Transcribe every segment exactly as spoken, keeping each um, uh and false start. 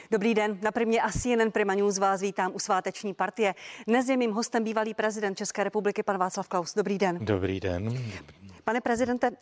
Dobrý den, na Primě a C N N Prima News vás vítám u sváteční partie. Dnes je mým hostem bývalý prezident České republiky, pan Václav Klaus. Dobrý den. Dobrý den. Pane prezidente,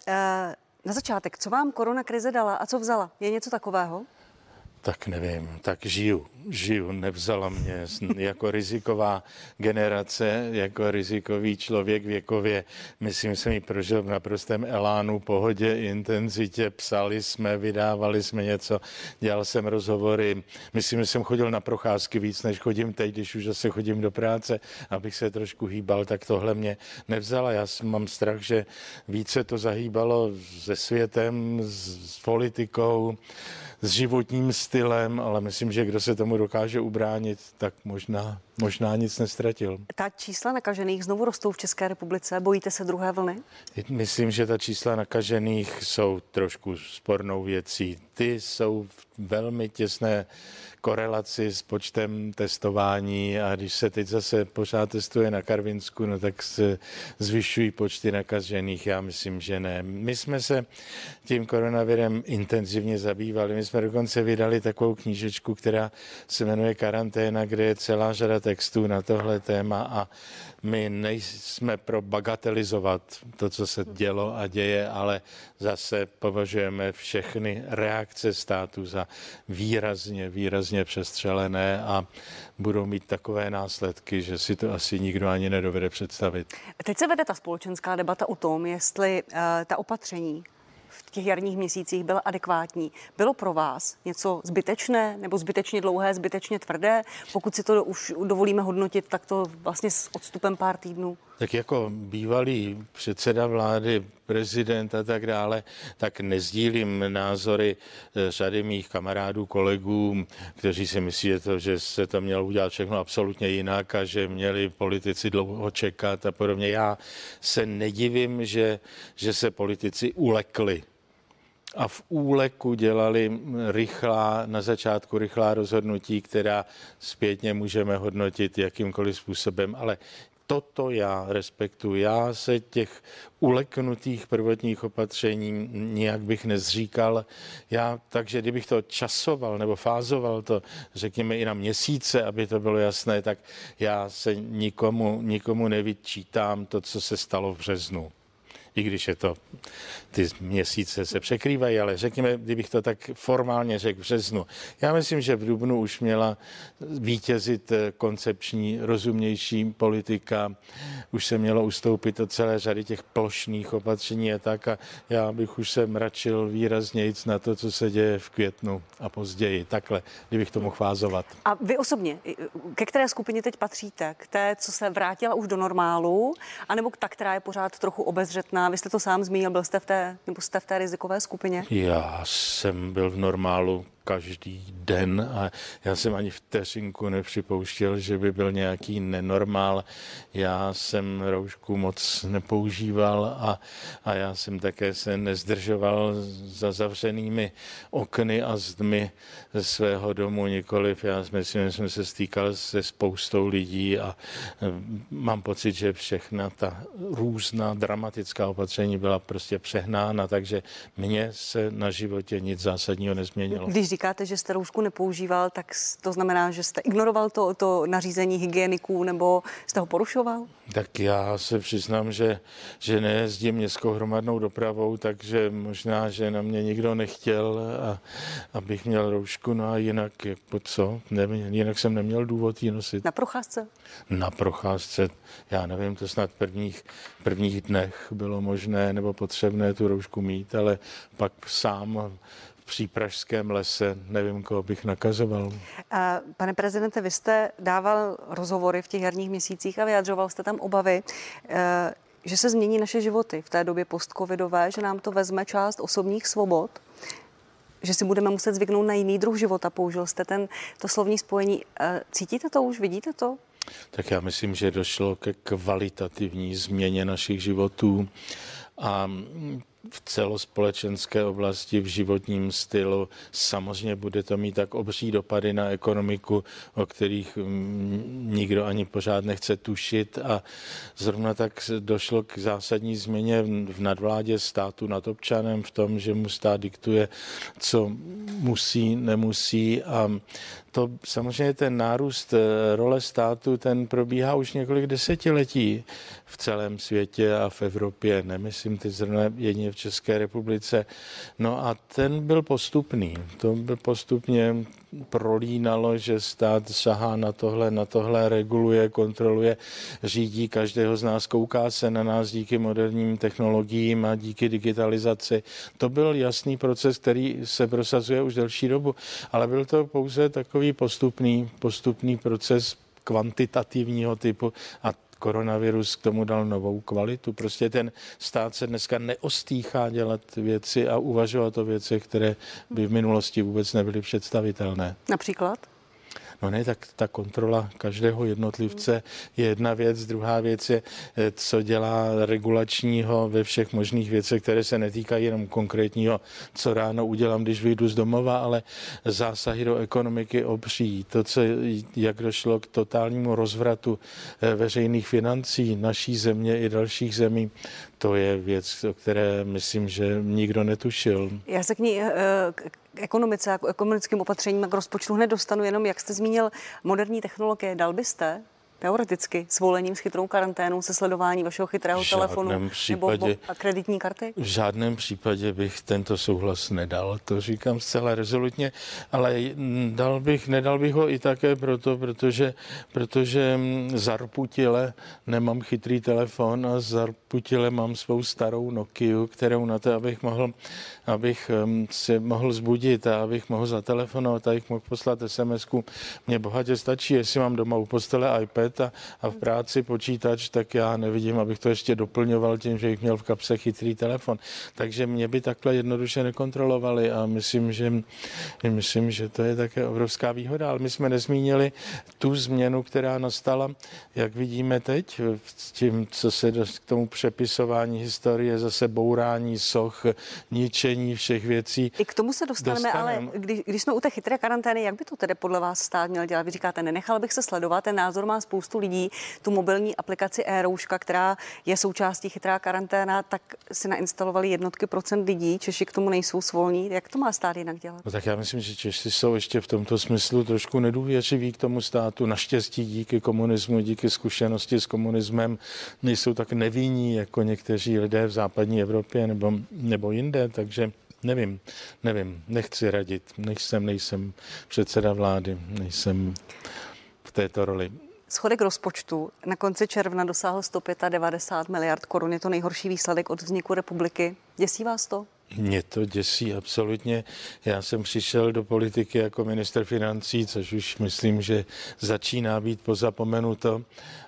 na začátek, co vám koronakrize dala a co vzala? Je něco takového? Tak nevím, tak žiju, žiju, nevzala mě jako riziková generace, jako rizikový člověk věkově. Myslím, jsem ji prožil v naprostém elánu, pohodě, intenzitě, psali jsme, vydávali jsme něco, dělal jsem rozhovory. Myslím, že jsem chodil na procházky víc, než chodím teď, když už zase chodím do práce, abych se trošku hýbal, tak tohle mě nevzala. Já mám strach, že více to zahýbalo se světem, s politikou, s životním stylem, ale myslím, že kdo se tomu dokáže ubránit, tak možná, možná nic nestratil. Ta čísla nakažených znovu rostou v České republice. Bojíte se druhé vlny? Myslím, že ta čísla nakažených jsou trošku spornou věcí. Ty jsou v velmi těsné korelaci s počtem testování a když se teď zase pořád testuje na Karvinsku, no tak se zvyšují počty nakažených. Já myslím, že ne. My jsme se tím koronavirem intenzivně zabývali. My jsme dokonce vydali takovou knížečku, která se jmenuje Karanténa, kde je celá řada textů na tohle téma a my nejsme pro bagatelizovat to, co se dělo a děje, ale zase považujeme všechny reakce státu za výrazně, výrazně přestřelené a budou mít takové následky, že si to asi nikdo ani nedovede představit. Teď se vede ta společenská debata o tom, jestli uh, ta opatření v těch jarních měsících byla adekvátní. Bylo pro vás něco zbytečné nebo zbytečně dlouhé, zbytečně tvrdé? Pokud si to už dovolíme hodnotit, tak to vlastně s odstupem pár týdnů. Tak jako bývalý předseda vlády, prezident a tak dále, tak nezdílím názory řady mých kamarádů, kolegů, kteří si myslí, že, to, že se to mělo udělat všechno absolutně jinak a že měli politici dlouho čekat a podobně. Já se nedivím, že, že se politici ulekli. A v úleku dělali rychlá, na začátku rychlá rozhodnutí, která zpětně můžeme hodnotit jakýmkoliv způsobem, ale toto já respektuji. Já se těch uleknutých prvotních opatření nijak bych nezříkal. Já, takže kdybych to časoval nebo fázoval to, řekněme, i na měsíce, aby to bylo jasné, tak já se nikomu, nikomu nevyčítám to, co se stalo v březnu. I když je to, ty měsíce se překrývají, ale řekněme, kdybych to tak formálně řekl v březnu. Já myslím, že v dubnu už měla vítězit koncepční, rozumnější politika. Už se mělo ustoupit od celé řady těch plošných opatření a tak. A já bych už se mračil výraznějc na to, co se děje v květnu a později. Takhle, kdybych to mohl fázovat. A vy osobně, ke které skupině teď patříte? K té, co se vrátila už do normálu, anebo k ta, která je pořád trochu obezřetná? Vy jste to sám zmínil, byl jste v té, nebo jste v té rizikové skupině? Já jsem byl v normálu každý den a já jsem ani vteřinku nepřipouštěl, že by byl nějaký nenormál. Já jsem roušku moc nepoužíval a, a já jsem také se nezdržoval za zavřenými okny a zdmi ze svého domu nikoliv. Já myslím, že jsem se stýkal se spoustou lidí a mám pocit, že všechna ta různá dramatická opatření byla prostě přehnána, takže mně se na životě nic zásadního nezměnilo. Když říkáte, že jste roušku nepoužíval, tak to znamená, že jste ignoroval to, to nařízení hygieniků nebo jste ho porušoval? Tak já se přiznám, že, že nejezdím městskou hromadnou dopravou, takže možná, že na mě nikdo nechtěl, a, abych měl roušku, no a jinak, jako co? Ne, jinak jsem neměl důvod ji nosit. Na procházce? Na procházce, já nevím, to snad v prvních, prvních dnech bylo možné nebo potřebné tu roušku mít, ale pak sám v přípražském lese, nevím, koho bych nakazoval. Pane prezidente, vy jste dával rozhovory v těch jarních měsících a vyjadřoval jste tam obavy, že se změní naše životy v té době post-covidové, že nám to vezme část osobních svobod, že si budeme muset zvyknout na jiný druh života. Použil jste ten, to slovní spojení. Cítíte to už? Vidíte to? Tak já myslím, že došlo ke kvalitativní změně našich životů. A v celospolečenské oblasti, v životním stylu. Samozřejmě bude to mít tak obří dopady na ekonomiku, o kterých nikdo ani pořád nechce tušit, a zrovna tak došlo k zásadní změně v nadvládě státu nad občanem v tom, že mu stát diktuje, co musí, nemusí, a to samozřejmě ten nárůst role státu, ten probíhá už několik desetiletí v celém světě a v Evropě, nemyslím teď zrovna jedině v České republice. No a ten byl postupný. To byl postupně prolínalo, že stát sahá na tohle, na tohle, reguluje, kontroluje, řídí každého z nás, kouká se na nás díky moderním technologiím a díky digitalizaci. To byl jasný proces, který se prosazuje už delší dobu, ale byl to pouze takový postupný, postupný proces kvantitativního typu a koronavirus k tomu dal novou kvalitu. Prostě ten stát se dneska neostýchá dělat věci a uvažovat o věcech, které by v minulosti vůbec nebyly představitelné. Například? No ne, tak ta kontrola každého jednotlivce je jedna věc. Druhá věc je, co dělá regulačního ve všech možných věcech, které se netýkají jenom konkrétního, co ráno udělám, když vyjdu z domova, ale zásahy do ekonomiky obří. To, co, jak došlo k totálnímu rozvratu veřejných financí naší země i dalších zemí, to je věc, o které myslím, že nikdo netušil. Já se k ní k ekonomice a k ekonomickým opatřením a k rozpočtu hned dostanu, jenom jak jste zmínil moderní technologie. Dal byste teoreticky svolením s chytrou karanténou se sledování vašeho chytrého telefonu případě, nebo a kreditní karty? V žádném případě bych tento souhlas nedal, to říkám zcela rezolutně, ale dal bych, nedal bych ho i také proto, protože, protože zarputile nemám chytrý telefon a zarputile mám svou starou Nokiu, kterou na to, abych mohl, abych se mohl zbudit a abych mohl zatelefonovat a abych mohl poslat es em esku. Mně bohatě stačí, jestli mám doma u postele iPad A, a v práci počítač, tak já nevidím, abych to ještě doplňoval tím, že bych měl v kapse chytrý telefon. Takže mě by takhle jednoduše nekontrolovali a myslím, že, myslím, že to je také obrovská výhoda. Ale my jsme nezmínili tu změnu, která nastala, jak vidíme teď, s tím, co se k tomu přepisování historie, zase bourání soch, ničení všech věcí. I k tomu se dostaneme, dostaneme. Ale když, když jsme u té chytré karantény, jak by to tedy podle vás stát měl dělat? Vy říkáte, nenechal bych se sledovat, ten názor má spoustu lidí, tu mobilní aplikaci e-rouška, která je součástí chytrá karanténa, tak si nainstalovali jednotky procent lidí, Češi k tomu nejsou svolní. Jak to má stát jinak dělat? No tak já myslím, že Češi jsou ještě v tomto smyslu trošku nedůvěřiví k tomu státu. Naštěstí díky komunismu, díky zkušenosti s komunismem nejsou tak nevinní jako někteří lidé v západní Evropě nebo, nebo jinde, takže nevím, nevím, nechci radit, nejsem, nejsem předseda vlády, nejsem v této roli. Schodek rozpočtu na konci června dosáhl sto devadesát pět miliard korun. Je to nejhorší výsledek od vzniku republiky. Děsí vás to? Mě to děsí absolutně. Já jsem přišel do politiky jako ministr financí, což už myslím, že začíná být pozapomenuto.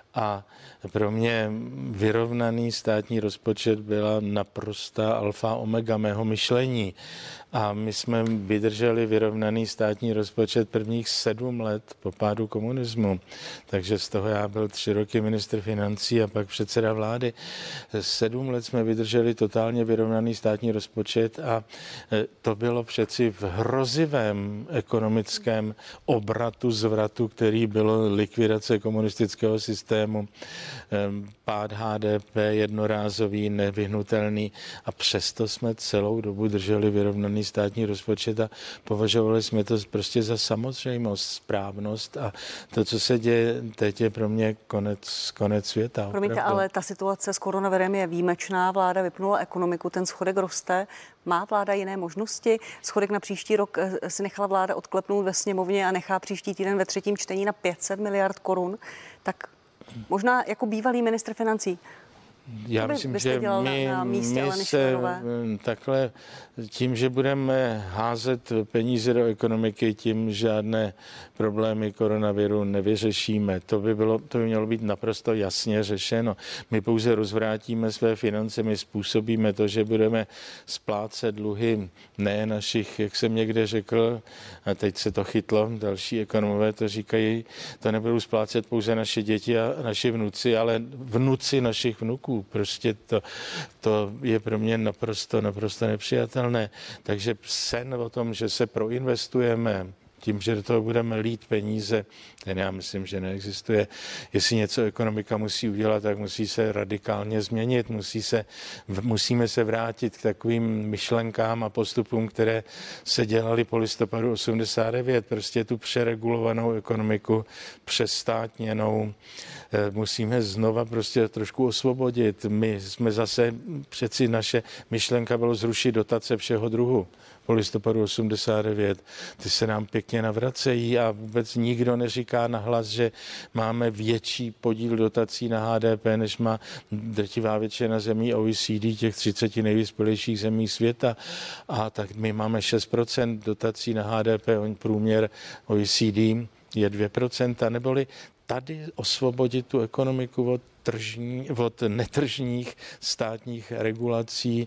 A pro mě vyrovnaný státní rozpočet byla naprostá alfa omega mého myšlení. A my jsme vydrželi vyrovnaný státní rozpočet prvních sedm let po pádu komunismu. Takže z toho já byl tři roky ministr financí a pak předseda vlády. Sedm let jsme vydrželi totálně vyrovnaný státní rozpočet a to bylo přeci v hrozivém ekonomickém obratu, zvratu, který bylo likvidace komunistického systému, pád há dé pé, jednorázový, nevyhnutelný a přesto jsme celou dobu drželi vyrovnaný státní rozpočet a považovali jsme to prostě za samozřejmost, správnost a to, co se děje teď, je pro mě konec, konec světa. Promiňte, opravdu. Ale ta situace s koronavirem je výjimečná, vláda vypnula ekonomiku, ten schodek roste. Má vláda jiné možnosti? Schodek na příští rok si nechala vláda odklepnout ve sněmovně a nechá příští týden ve třetím čtení na pět set miliard korun. Tak možná jako bývalý ministr financí. Já by, myslím, že my, na, na místě, my se takhle tím, že budeme házet peníze do ekonomiky, tím žádné problémy koronaviru nevyřešíme. To by, bylo, to by mělo být naprosto jasně řešeno. My pouze rozvrátíme své finance, my způsobíme to, že budeme splácet dluhy ne našich, jak jsem někde řekl, a teď se to chytlo, další ekonomové to říkají, to nebudou splácet pouze naše děti a naši vnuci, ale vnuci našich vnuků. roku. Prostě to, to je pro mě naprosto, naprosto nepřijatelné. Takže sen o tom, že se proinvestujeme, tím, že do toho budeme lít peníze, ten já myslím, že neexistuje. Jestli něco ekonomika musí udělat, tak musí se radikálně změnit, musí se, musíme se vrátit k takovým myšlenkám a postupům, které se dělaly po listopadu osmdesát devět. Prostě tu přeregulovanou ekonomiku, přestátněnou, musíme znova prostě trošku osvobodit. My jsme zase, přeci naše myšlenka bylo zrušit dotace všeho druhu. Po listopadu osmdesát devět. Ty se nám pěkně navracejí a vůbec nikdo neříká nahlas, že máme větší podíl dotací na H D P, než má drtivá většina zemí O E C D, těch třicet nejvyspělejších zemí světa. A tak my máme šest procent dotací na H D P, průměr O E C D je dvě procenta, neboli tady osvobodit tu ekonomiku od, tržní, od netržních státních regulací,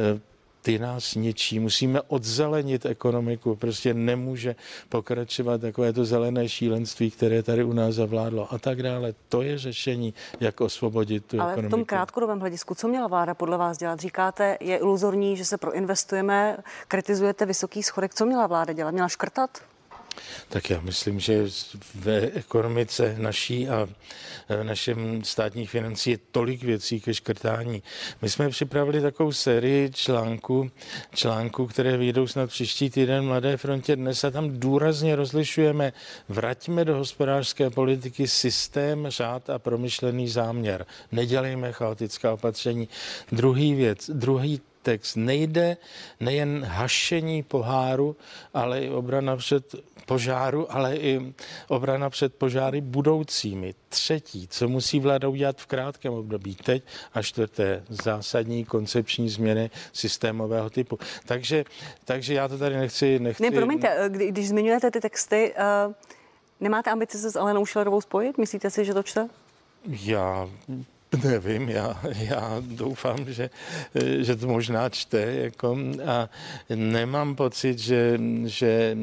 ty nás ničí. Musíme odzelenit ekonomiku. Prostě nemůže pokračovat takové to zelené šílenství, které tady u nás zavládlo a tak dále. To je řešení, jak osvobodit tu Ale ekonomiku. Ale v tom krátkodobém hledisku, co měla vláda podle vás dělat? Říkáte, je iluzorní, že se proinvestujeme, kritizujete vysoký schodek. Co měla vláda dělat? Měla škrtat? Tak já myslím, že ve ekonomice naší a v našem státních financí je tolik věcí ke škrtání. My jsme připravili takovou sérii článků, článků, které vyjdou snad příští týden v Mladé frontě dnes a tam důrazně rozlišujeme, vraťme do hospodářské politiky systém, řád a promyšlený záměr. Nedělejme chaotická opatření. Druhý věc, druhý text. Nejde nejen hašení poháru, ale i obrana před požáru, ale i obrana před požáry budoucími. Třetí, co musí vláda udělat v krátkém období teď, a čtvrté, zásadní koncepční změny systémového typu. Takže, takže já to tady nechci... nechci... Ne, promiňte, kdy, když zmiňujete ty texty, uh, nemáte ambice se s Alenou Schillerovou spojit? Myslíte si, že to čte? Já... Nevím, já, já doufám, že, že to možná čte jako, a nemám pocit, že, že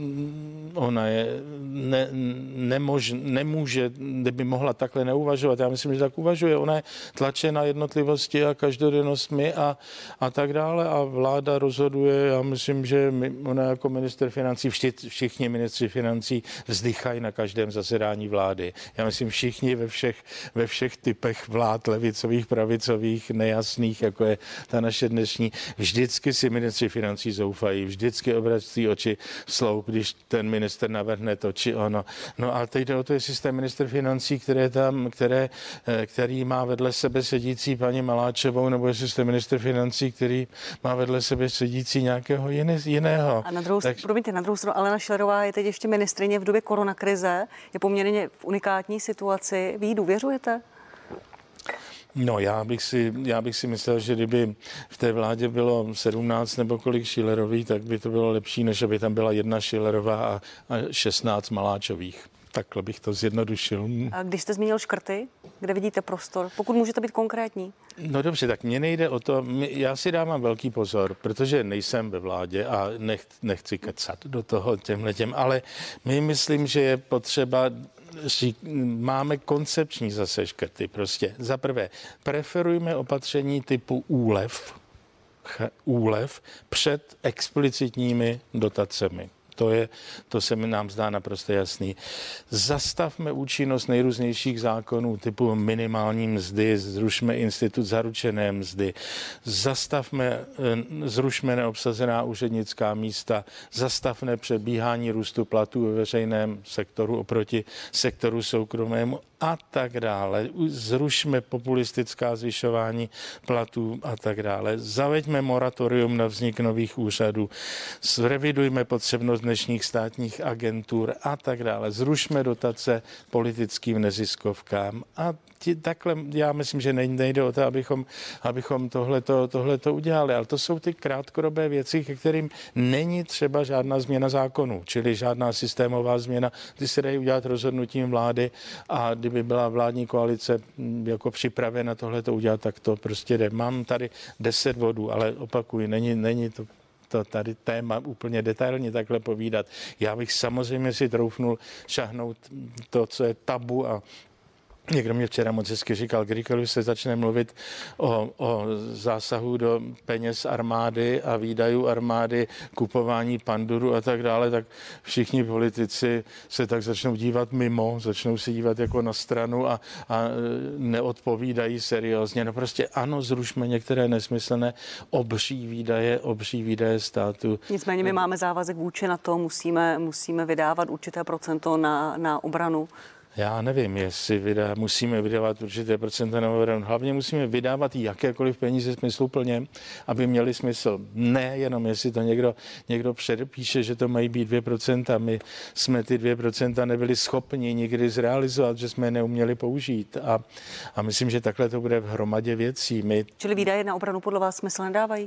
ona je ne, nemož, nemůže, kdyby mohla takhle neuvažovat. Já myslím, že tak uvažuje. Ona je tlačena jednotlivosti a každodennostmi a, a tak dále a vláda rozhoduje. Já myslím, že my, ona jako minister financí, vši, všichni ministři financí vzdychají na každém zasedání vlády. Já myslím, všichni ve všech, ve všech typech vlád, levicových, pravicových, nejasných, jako je ta naše dnešní. Vždycky si ministři financí zoufají, vždycky obrací oči sloup, když ten minister navrhne to či ono. No a teď jde o to, jestli jste minister financí, které tam, které, který má vedle sebe sedící paní Maláčovou, nebo jestli jste minister financí, který má vedle sebe sedící nějakého jiný, jiného. A na druhou, tak... promiňte, na druhou stranu Alena Schillerová je teď ještě ministryně v době koronakrize, je poměrně v unikátní situaci. Vy jí důvěřujete? No, já bych, si, já bych si myslel, že kdyby v té vládě bylo sedmnáct nebo kolik Schillerových, tak by to bylo lepší, než aby tam byla jedna Schillerová a, a šestnáct Maláčových. Takhle bych to zjednodušil. A když jste zmínil škrty, kde vidíte prostor? Pokud můžete být konkrétní. No dobře, tak mně nejde o to, já si dávám velký pozor, protože nejsem ve vládě a nech, nechci kecat do toho těmhletěm, ale my myslím, že je potřeba máme koncepční zase škrty prostě. Za prvé, preferujme opatření typu úlev, úlev před explicitními dotacemi. To, je, to se mi nám zdá naprosto jasný. Zastavme účinnost nejrůznějších zákonů typu minimální mzdy, zrušme institut zaručené mzdy, zastavme, zrušme neobsazená úřednická místa, zastavme přebíhání růstu platů ve veřejném sektoru oproti sektoru soukromému a tak dále. Zrušme populistická zvyšování platů a tak dále. Zaveďme moratorium na vznik nových úřadů. Zrevidujme potřebnost dnešních státních agentur a tak dále. Zrušme dotace politickým neziskovkám a ti, takhle já myslím, že nejde o to, abychom, abychom tohleto, tohleto udělali, ale to jsou ty krátkodobé věci, ke kterým není třeba žádná změna zákonů, čili žádná systémová změna. Ty se dají udělat rozhodnutím vlády a kdyby byla vládní koalice jako připravena tohleto udělat, tak to prostě jde. Mám tady deset bodů, ale opakuji, není, není to to tady téma úplně detailně takhle povídat. Já bych samozřejmě si troufnul šahnout to, co je tabu a Někdo mě včera moc hezky říkal, kdykoliv se začne mluvit o, o zásahu do peněz armády a výdajů armády, kupování panduru a tak dále, tak všichni politici se tak začnou dívat mimo, začnou se dívat jako na stranu a, a neodpovídají seriózně. No prostě ano, zrušme některé nesmyslné obří výdaje, obří výdaje státu. Nicméně my máme závazek vůči na to, musíme, musíme vydávat určité procento na, na obranu. Já nevím, jestli vydá, musíme vydávat určité procenta na obranu. Hlavně musíme vydávat jakékoliv peníze smysluplně, aby měly smysl. Ne jenom, jestli to někdo, někdo předepíše, že to mají být dvě procenta. My jsme ty dvě procenta nebyli schopni nikdy zrealizovat, že jsme je neuměli použít. A, a myslím, že takhle to bude v hromadě věcí. My... Čili výdaje na obranu podle vás smysl nedávají?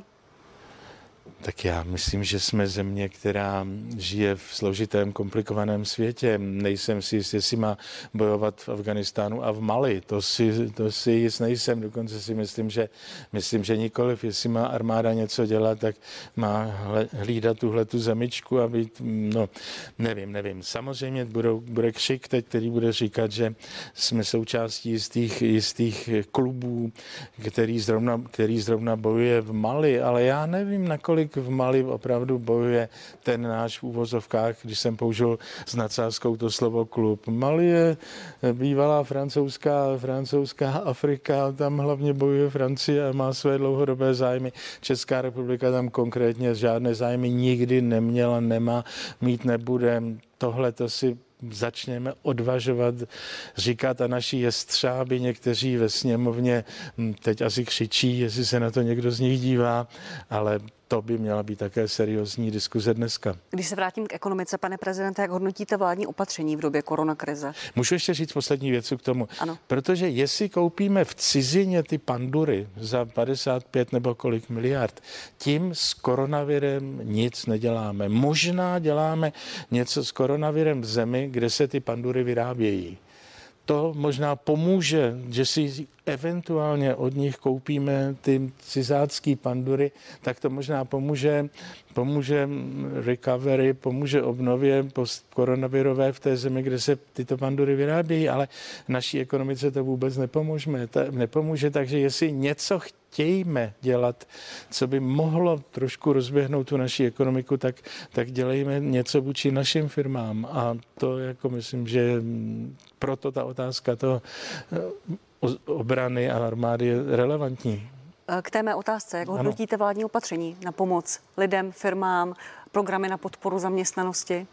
Tak já myslím, že jsme země, která žije v složitém, komplikovaném světě. Nejsem si jist, jestli má bojovat v Afganistánu a v Mali. To si, to si jist nejsem. Dokonce si myslím, že, myslím, že nikoliv. Jestli má armáda něco dělat, tak má hlídat tuhletu zemičku a být, no, nevím, nevím. Samozřejmě budou, bude křik teď, který bude říkat, že jsme součástí jistých, jistých klubů, který zrovna, který zrovna bojuje v Mali, ale já nevím, nakolik v Mali opravdu bojuje ten náš v úvozovkách, když jsem použil s nadsázkou to slovo klub. Mali je bývalá francouzská, francouzská Afrika, tam hlavně bojuje Francie a má své dlouhodobé zájmy. Česká republika tam konkrétně žádné zájmy nikdy neměla, nemá, mít nebude. Tohle to si začneme odvažovat, říkat a naši jestřáby, někteří ve sněmovně teď asi křičí, jestli se na to někdo z nich dívá, ale to by měla být také seriózní diskuze dneska. Když se vrátím k ekonomice, pane prezidente, jak hodnotíte vládní opatření v době koronakrize? Můžu ještě říct poslední věc k tomu. Ano. Protože jestli koupíme v cizině ty pandury za padesát pět nebo kolik miliard, tím s koronavirem nic neděláme. Možná děláme něco s koronavirem v zemi, kde se ty pandury vyrábějí. To možná pomůže, že si eventuálně od nich koupíme ty cizácký pandury, tak to možná pomůže, pomůže recovery, pomůže obnově postkoronavirové v té zemi, kde se tyto pandury vyrábějí, ale naší ekonomice to vůbec nepomůže. nepomůže. Takže jestli něco chtějme dělat, co by mohlo trošku rozběhnout tu naší ekonomiku, tak, tak dělejme něco vůči našim firmám. A to jako myslím, že proto ta otázka toho obrany a armády je relevantní. K té mé otázce, jak hodnotíte vládní opatření na pomoc lidem, firmám, programy na podporu zaměstnanosti?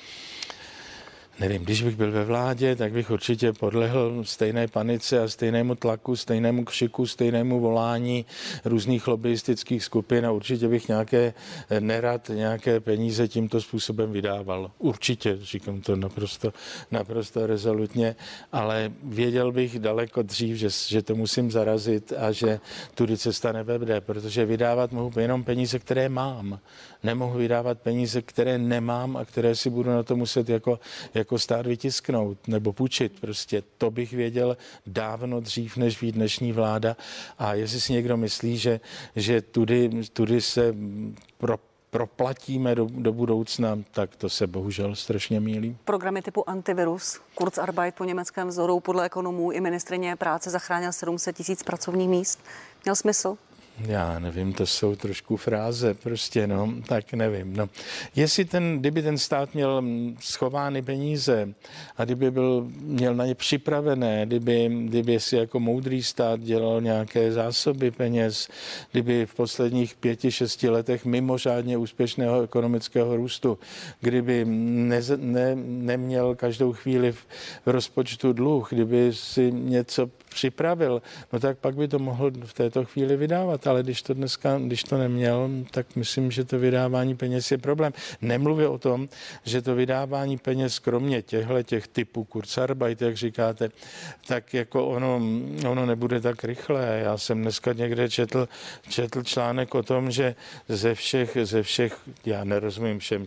Nevím, když bych byl ve vládě, tak bych určitě podlehl stejné panice a stejnému tlaku, stejnému křiku, stejnému volání různých lobbyistických skupin a určitě bych nějaké nerad, nějaké peníze tímto způsobem vydával. Určitě, říkám to naprosto, naprosto rezolutně, ale věděl bych daleko dřív, že, že to musím zarazit a že tudy cesta nevede, protože vydávat mohu jenom peníze, které mám. Nemohu vydávat peníze, které nemám a které si budu na to muset jako, jako stát vytisknout nebo půjčit. Prostě to bych věděl dávno dřív, než ví dnešní vláda. A jestli si někdo myslí, že, že tudy, tudy se pro proplatíme do, do budoucna, tak to se bohužel strašně mýlí. Programy typu antivirus, Kurzarbeit po německém vzoru, podle ekonomů i ministryně práce zachránil sedm set tisíc pracovních míst. Měl smysl? Já nevím, to jsou trošku fráze, prostě no, tak nevím. No. Jestli ten, kdyby ten stát měl schovány peníze a kdyby byl, měl na ně připravené, kdyby, kdyby si jako moudrý stát dělal nějaké zásoby peněz, kdyby v posledních pěti, šesti letech mimořádně úspěšného ekonomického růstu, kdyby ne, ne, neměl každou chvíli v, v rozpočtu dluh, kdyby si něco připravil, no tak pak by to mohl v této chvíli vydávat, ale když to dneska, když to neměl, tak myslím, že to vydávání peněz je problém. Nemluvě o tom, že to vydávání peněz, kromě těchto těch typů Kurzarbeit, jak říkáte, tak jako ono, ono nebude tak rychlé. Já jsem dneska někde četl, četl článek o tom, že ze všech, ze všech, já nerozumím všem těm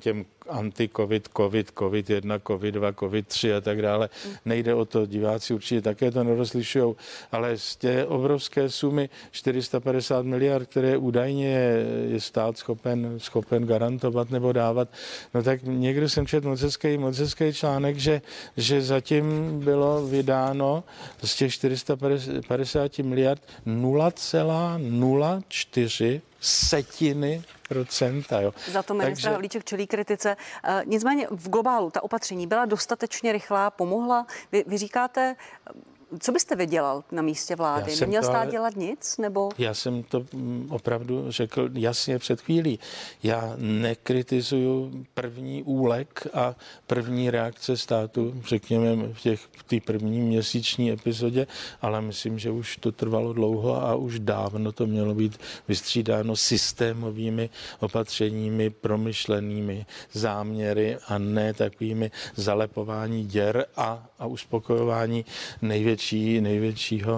anti-covid, covid, covid jedna, covid dva, covid tři a tak dále. Nejde o to, diváci určitě také to nerozlišujou, ale z té obrovské sumy čtyři sta padesát miliard, které údajně je stát schopen, schopen garantovat nebo dávat, no tak někdo jsem četl moc hezký, moc hezký článek, že, že zatím bylo vydáno z těch čtyři sta padesát miliard nula celá nula čtyři setiny procenta. Jo. Za to ministra Havlíček čelí kritice. E, nicméně v globálu ta opatření byla dostatečně rychlá, pomohla. Vy, vy říkáte, co byste vy dělal na místě vlády? Neměl stát ale... dělat nic? Nebo? Já jsem to opravdu řekl jasně před chvílí. Já nekritizuju první úlek a první reakce státu, řekněme v těch v té první měsíční epizodě, ale myslím, že už to trvalo dlouho a už dávno to mělo být vystřídáno systémovými opatřeními, promyšlenými záměry a ne takovými zalepování děr a, a uspokojování největší největšího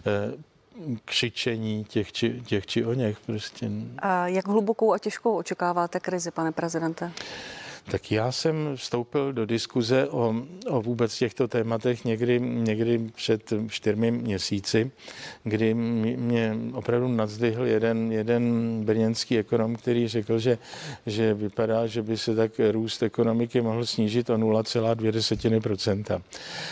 eh, křičení těch či, těch či o něch. Prostě. A jak hlubokou a těžkou očekáváte krizi, pane prezidente? Tak já jsem vstoupil do diskuze o, o vůbec těchto tématech někdy, někdy před čtyřmi měsíci, kdy mě opravdu nadzvihl jeden, jeden brněnský ekonom, který řekl, že, že vypadá, že by se tak růst ekonomiky mohl snížit o nula celá dvě procenta.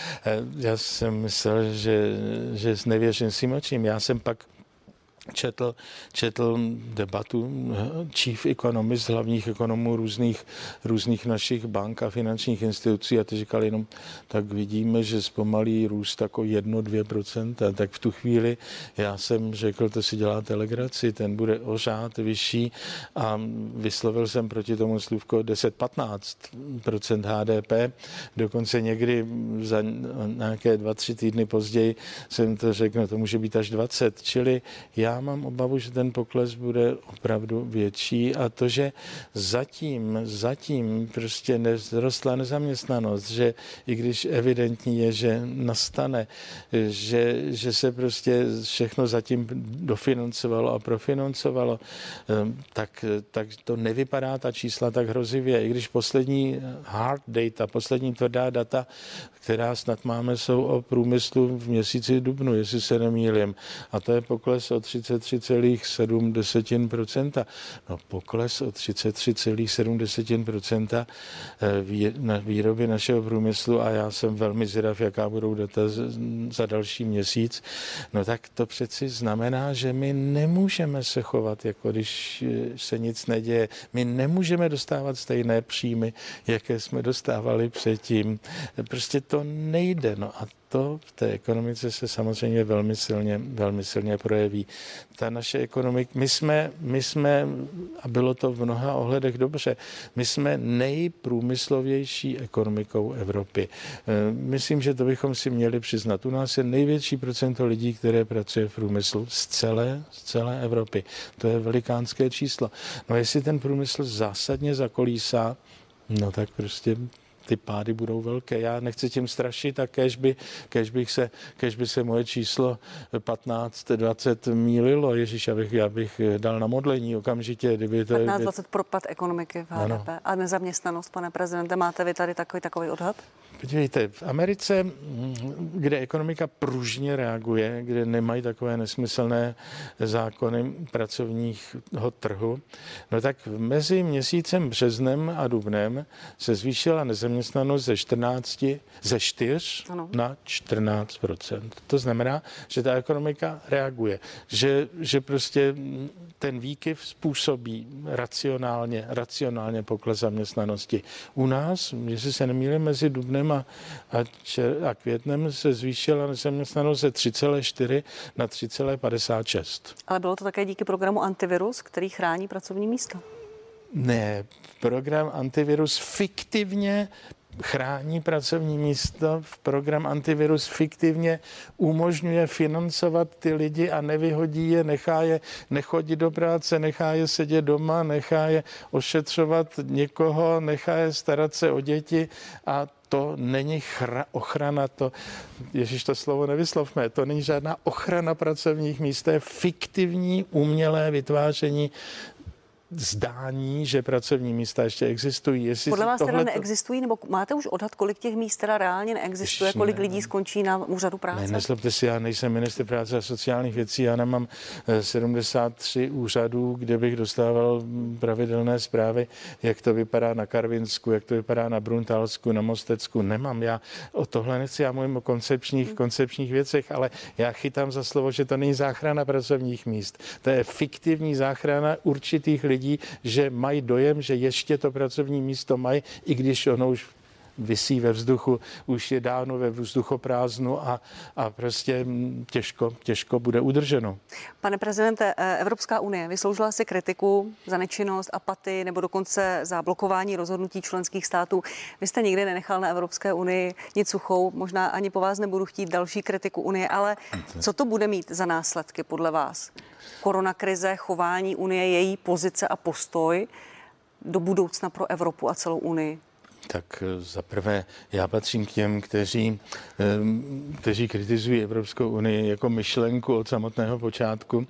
Já jsem myslel, že, že nevěřím svým očím. Já jsem pak Četl, četl debatu chief economist, hlavních ekonomů různých, různých našich bank a finančních institucí a ty říkali jenom, tak vidíme, že zpomalí růst jako jedno, dvě procenta. Tak v tu chvíli já jsem řekl, to si děláte legraci, ten bude o řád vyšší a vyslovil jsem proti tomu slůvko deset patnáct procent H D P. Dokonce někdy za nějaké dva, tři týdny později jsem to řekl, no to může být až dvacet, čili já mám obavu, že ten pokles bude opravdu větší a to, že zatím, zatím prostě nezrostla nezaměstnanost, že i když evidentní je, že nastane, že, že se prostě všechno zatím dofinancovalo a profinancovalo, tak, tak to nevypadá ta čísla tak hrozivě. I když poslední hard data, poslední tvrdá data, která snad máme, jsou o průmyslu v měsíci dubnu, jestli se nemýlím. A to je pokles o třicet tři celá sedm procenta. No pokles o třicet tři celá sedm procenta na výrobě našeho průmyslu a já jsem velmi zvědav, jaká budou data za další měsíc. No tak to přeci znamená, že my nemůžeme se chovat, jako když se nic neděje. My nemůžeme dostávat stejné příjmy, jaké jsme dostávali předtím. Prostě to nejde. No a to v té ekonomice se samozřejmě velmi silně, velmi silně projeví. Ta naše ekonomika, my jsme, my jsme, a bylo to v mnoha ohledech dobře, my jsme nejprůmyslovější ekonomikou Evropy. Myslím, že to bychom si měli přiznat. U nás je největší procento lidí, které pracuje v průmyslu z celé, z celé Evropy. To je velikánské číslo. No jestli ten průmysl zásadně zakolísá, no tak prostě ty pády budou velké. Já nechci tím strašit a kež by, kež bych se, kež by se moje číslo patnáct dvacet mýlilo. Ježíš, abych, já bych dal na modlení okamžitě. Kdyby to, patnáct dvacet propad ekonomiky v H D P. Ano. A nezaměstnanost, pane prezidente, máte vy tady takový, takový odhad? Podívejte, v Americe, kde ekonomika pružně reaguje, kde nemají takové nesmyslné zákony pracovního trhu, no tak mezi měsícem březnem a dubnem se zvýšila nezaměstnanost ze čtrnáct, ze čtyř ano. na čtrnáct procent. To znamená, že ta ekonomika reaguje, že, že prostě ten výkyv způsobí racionálně, racionálně pokles zaměstnanosti. U nás, jestli se nemýlím, mezi dubnem a, a, čer, a květnem se zvýšila nezaměstnanost ze tři celá čtyři na tři celá padesát šest. Ale bylo to také díky programu Antivirus, který chrání pracovní místa? Ne, program Antivirus fiktivně chrání pracovní místo, program Antivirus fiktivně umožňuje financovat ty lidi a nevyhodí je, nechá je nechodit do práce, nechá je sedět doma, nechá je ošetřovat někoho, nechá je starat se o děti a to není chra, ochrana, to, ježiš, to slovo nevyslovme, to není žádná ochrana pracovních míst, to je fiktivní, umělé vytváření zdání, že pracovní místa ještě existují. Jestli Podle vás tohleto... teda neexistují, nebo máte už odhad, kolik těch míst teda reálně neexistuje, Ještě kolik ne. lidí skončí na úřadu práce? Ne, nezlobte si, já nejsem ministr práce a sociálních věcí, já nemám sedmdesát tři úřadů, kde bych dostával pravidelné zprávy, jak to vypadá na Karvinsku, jak to vypadá na Bruntalsku, na Mostecku. Nemám, já o tohle nechci, já mluvím o koncepčních, hmm. koncepčních věcech, ale já chytám za slovo, že to není záchrana pracovních míst. To je fiktivní záchrana určitých lidí, že mají dojem, že ještě to pracovní místo mají, i když ono už visí ve vzduchu, už je dávno ve vzduchoprázdnu a, a prostě těžko, těžko bude udrženo. Pane prezidente, Evropská unie vysloužila si kritiku za nečinnost, apatii nebo dokonce za blokování rozhodnutí členských států. Vy jste nikdy nenechal na Evropské unii nic suchou, možná ani po vás nebudu chtít další kritiku unie, ale co to bude mít za následky podle vás? Koronakrize, chování unie, její pozice a postoj do budoucna pro Evropu a celou unii? Tak zaprvé já patřím k těm, kteří, kteří kritizují Evropskou unii jako myšlenku od samotného počátku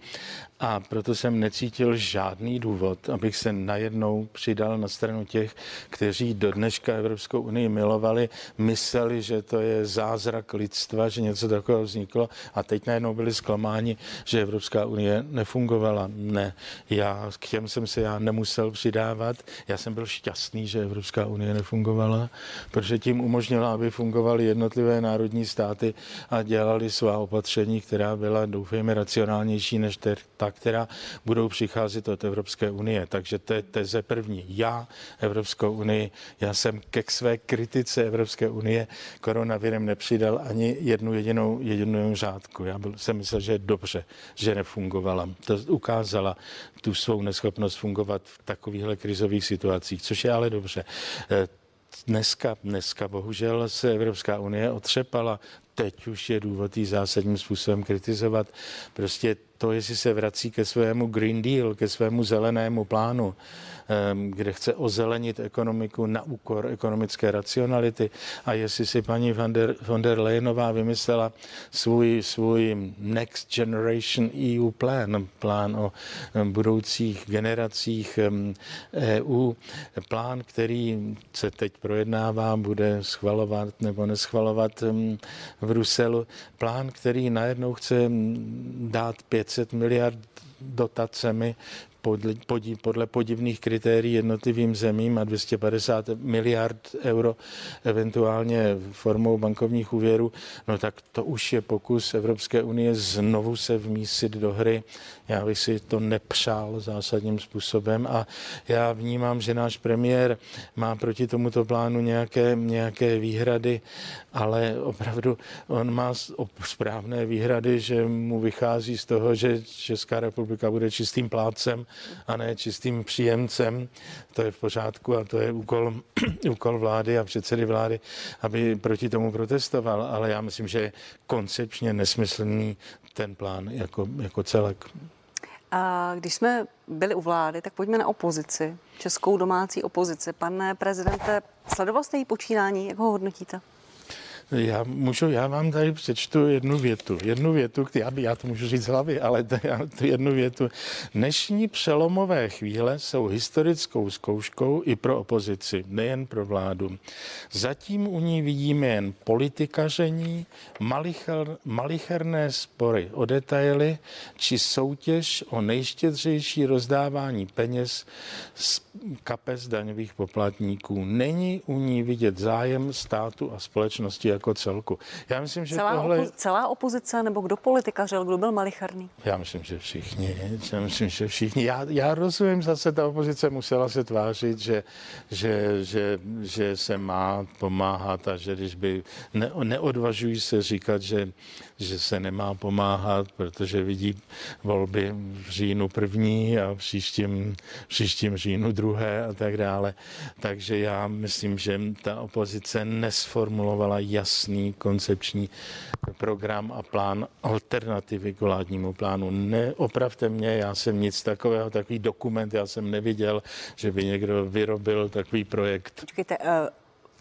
a proto jsem necítil žádný důvod, abych se najednou přidal na stranu těch, kteří do dneška Evropskou unii milovali, mysleli, že to je zázrak lidstva, že něco takového vzniklo a teď najednou byli zklamáni, že Evropská unie nefungovala. Ne, já k těm jsem se já nemusel přidávat, já jsem byl šťastný, že Evropská unie nefungovala, protože tím umožnila, aby fungovaly jednotlivé národní státy a dělali svá opatření, která byla, doufejme, racionálnější než ta, která budou přicházet od Evropské unie. Takže to je teze první. Já Evropskou unii, já jsem ke své kritice Evropské unie koronavirem nepřidal ani jednu jedinou, jedinou řádku. Já byl, jsem myslel, že je dobře, že nefungovala. To ukázala tu svou neschopnost fungovat v takovýchhle krizových situacích, což je ale dobře. Dneska, dneska bohužel se Evropská unie otřepala. Teď už je důvod jí zásadním způsobem kritizovat. Prostě to, jestli se vrací ke svému Green Deal, ke svému zelenému plánu, kde chce ozelenit ekonomiku na úkor ekonomické racionality a jestli si paní von der, von der Leyenová vymyslela svůj, svůj Next Generation E U plán, plán o budoucích generacích E U, plán, který se teď projednává, bude schvalovat nebo neschvalovat v Bruselu, plán, který najednou chce dát pět set miliard dotacemi podle, podle podivných kritérií jednotlivým zemím a dvě stě padesát miliard euro eventuálně formou bankovních úvěrů, no tak to už je pokus Evropské unie znovu se vmísit do hry. Já bych si to nepřál zásadním způsobem a já vnímám, že náš premiér má proti tomuto plánu nějaké, nějaké výhrady, ale opravdu on má správné výhrady, že mu vychází z toho, že Česká republika bude čistým plátcem a ne čistým příjemcem. To je v pořádku a to je úkol, úkol vlády a předsedy vlády, aby proti tomu protestoval, ale já myslím, že je koncepčně nesmyslný ten plán jako, jako celek. A když jsme byli u vlády, tak pojďme na opozici, českou domácí opozici. Pane prezidente, sledoval jste její počínání, jak ho hodnotíte? Já můžu, já vám tady přečtu jednu větu. Jednu větu, já, já to můžu říct z hlavy, ale to, já, tu jednu větu. Dnešní přelomové chvíle jsou historickou zkouškou i pro opozici, nejen pro vládu. Zatím u ní vidíme jen politikaření, malicher, malicherné spory o detaily či soutěž o nejštědřejší rozdávání peněz z kapes daňových poplatníků. Není u ní vidět zájem státu a společnosti jako celku. Já myslím, že celá, tohle... opo- celá opozice, nebo kdo politikařil, kdo byl malicharný? Já myslím, že všichni. Já myslím, že všichni. Já, já rozumím, zase ta opozice musela se tvářit, že, že, že, že se má pomáhat a že když by... Ne, neodvažují se říkat, že, že se nemá pomáhat, protože vidí volby v říjnu první a v příštím, příštím říjnu druhé a tak dále. Takže já myslím, že ta opozice nesformulovala jasný koncepční program a plán alternativy k vládnímu plánu. Neopravte mě, já jsem nic takového, takový dokument, já jsem neviděl, že by někdo vyrobil takový projekt. Počkejte,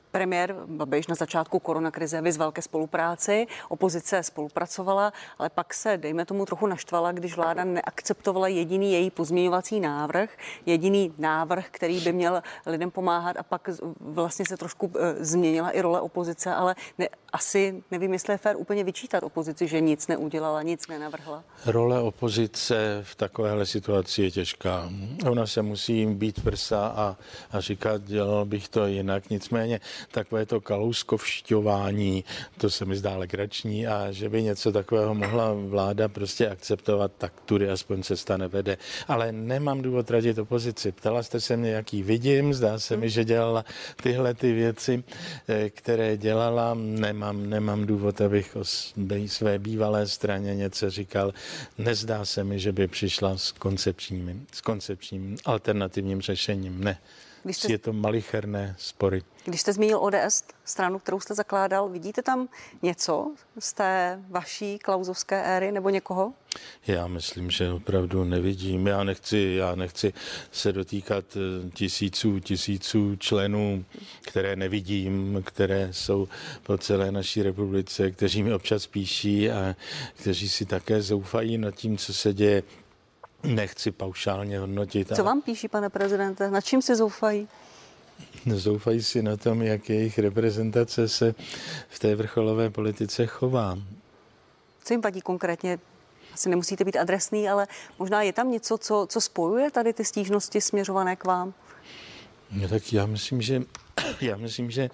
Premiér Babiš na začátku koronakrize vyzval ke spolupráci, opozice spolupracovala, ale pak se, dejme tomu, trochu naštvala, když vláda neakceptovala jediný její pozměňovací návrh, jediný návrh, který by měl lidem pomáhat, a pak vlastně se trošku změnila i role opozice, ale ne, asi nevím, jestli je fér úplně vyčítat opozici, že nic neudělala, nic nenavrhla. Role opozice v takovéhle situaci je těžká. Ona se musí být prsa a, a říkat, dělal bych to jinak, nicméně takové to kalouskovšťování, to se mi zdá legrační, a že by něco takového mohla vláda prostě akceptovat, tak tudy aspoň cesta nevede. Ale nemám důvod radit opozici. Ptala jste se mě, jaký vidím, zdá se mi, že dělala tyhle ty věci, které dělala. Nemám, nemám důvod, abych o své bývalé straně něco říkal. Nezdá se mi, že by přišla s koncepčním, s koncepčním alternativním řešením. Ne. Jste... Je to malicherné spory. Když jste zmínil O D S, stranu, kterou jste zakládal, vidíte tam něco z té vaší klausovské éry nebo někoho? Já myslím, že opravdu nevidím. Já nechci, já nechci se dotýkat tisíců, tisíců členů, které nevidím, které jsou po celé naší republice, kteří mi občas píší a kteří si také zoufají nad tím, co se děje. Nechci paušálně hodnotit. Co vám píší, pane prezidente? Nad čím si zoufají? Zoufají si na tom, jak jejich reprezentace se v té vrcholové politice chová. Co jim vadí konkrétně? Asi nemusíte být adresný, ale možná je tam něco, co, co spojuje tady ty stížnosti směřované k vám? No tak já myslím, že Já myslím, že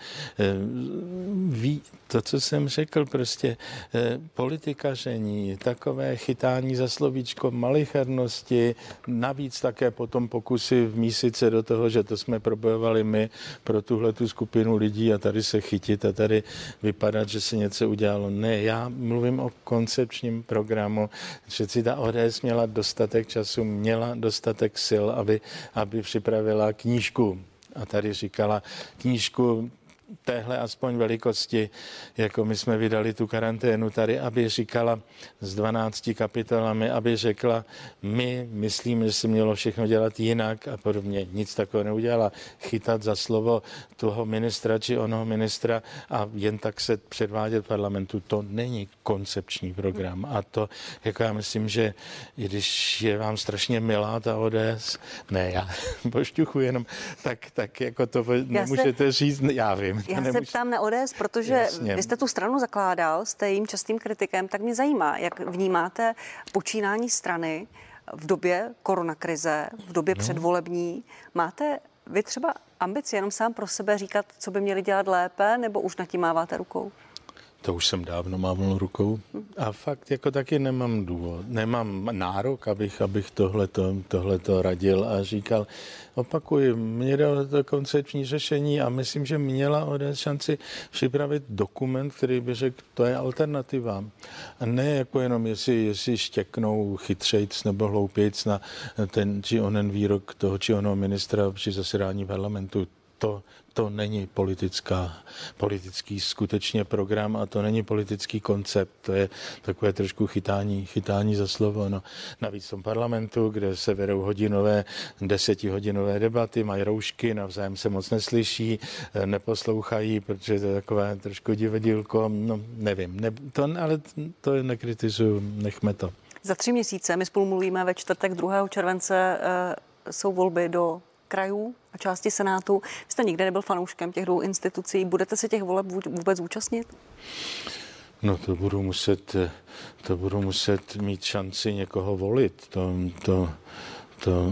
ví to, co jsem řekl, prostě politikaření, takové chytání za slovíčko malichernosti, navíc také potom pokusy vmísit se do toho, že to jsme probojovali my pro tuhletu skupinu lidí a tady se chytit a tady vypadat, že se něco udělalo. Ne, já mluvím o koncepčním programu. Přeci ta O D S měla dostatek času, měla dostatek sil, aby, aby připravila knížku. A tady říkala knížku téhle aspoň velikosti, jako my jsme vydali tu karanténu tady, aby říkala s dvanácti kapitolami, aby řekla, my myslíme, že se mělo všechno dělat jinak a podobně. Nic takového neudělala. Chytat za slovo toho ministra či onoho ministra a jen tak se předvádět parlamentu, to není koncepční program. A to, jako já myslím, že i když je vám strašně milá ta O D S, ne, já pošťuchu jenom, tak, tak jako to nemůžete říct, já vím. Já se ptám na O D S, protože Jasně. vy jste tu stranu zakládal, jste jejím častým kritikem, tak mě zajímá, jak vnímáte počínání strany v době koronakrize, v době no. předvolební. Máte vy třeba ambici jenom sám pro sebe říkat, co by měli dělat lépe, nebo už nad tím máváte rukou? To už jsem dávno mávnul rukou a fakt jako taky nemám důvod, nemám nárok, abych, abych tohleto, tohleto radil a říkal, opakuji, mě jde o to koncepční řešení a myslím, že měla O D S šanci připravit dokument, který by řekl, to je alternativa. A ne jako jenom, jestli, jestli štěknou chytřejc nebo hloupějc na ten či onen výrok toho či onoho ministra při zasedání parlamentu. To, to není politická, politický skutečně program a to není politický koncept. To je takové trošku chytání, chytání za slovo. No, navíc v tom parlamentu, kde se vedou hodinové, desetihodinové debaty, mají roušky, navzájem se moc neslyší, neposlouchají, protože to je takové trošku divadílko. No, nevím, ne, to, ale to nekritizuju, nechme to. Za tři měsíce, my spolu mluvíme ve čtvrtek druhého července, e, jsou volby do krajů a části Senátu. Vy jste nikdy nebyl fanouškem těch dvou institucí. Budete se těch voleb vůbec účastnit? No to budu muset, to budu muset mít šanci někoho volit. To, to, to,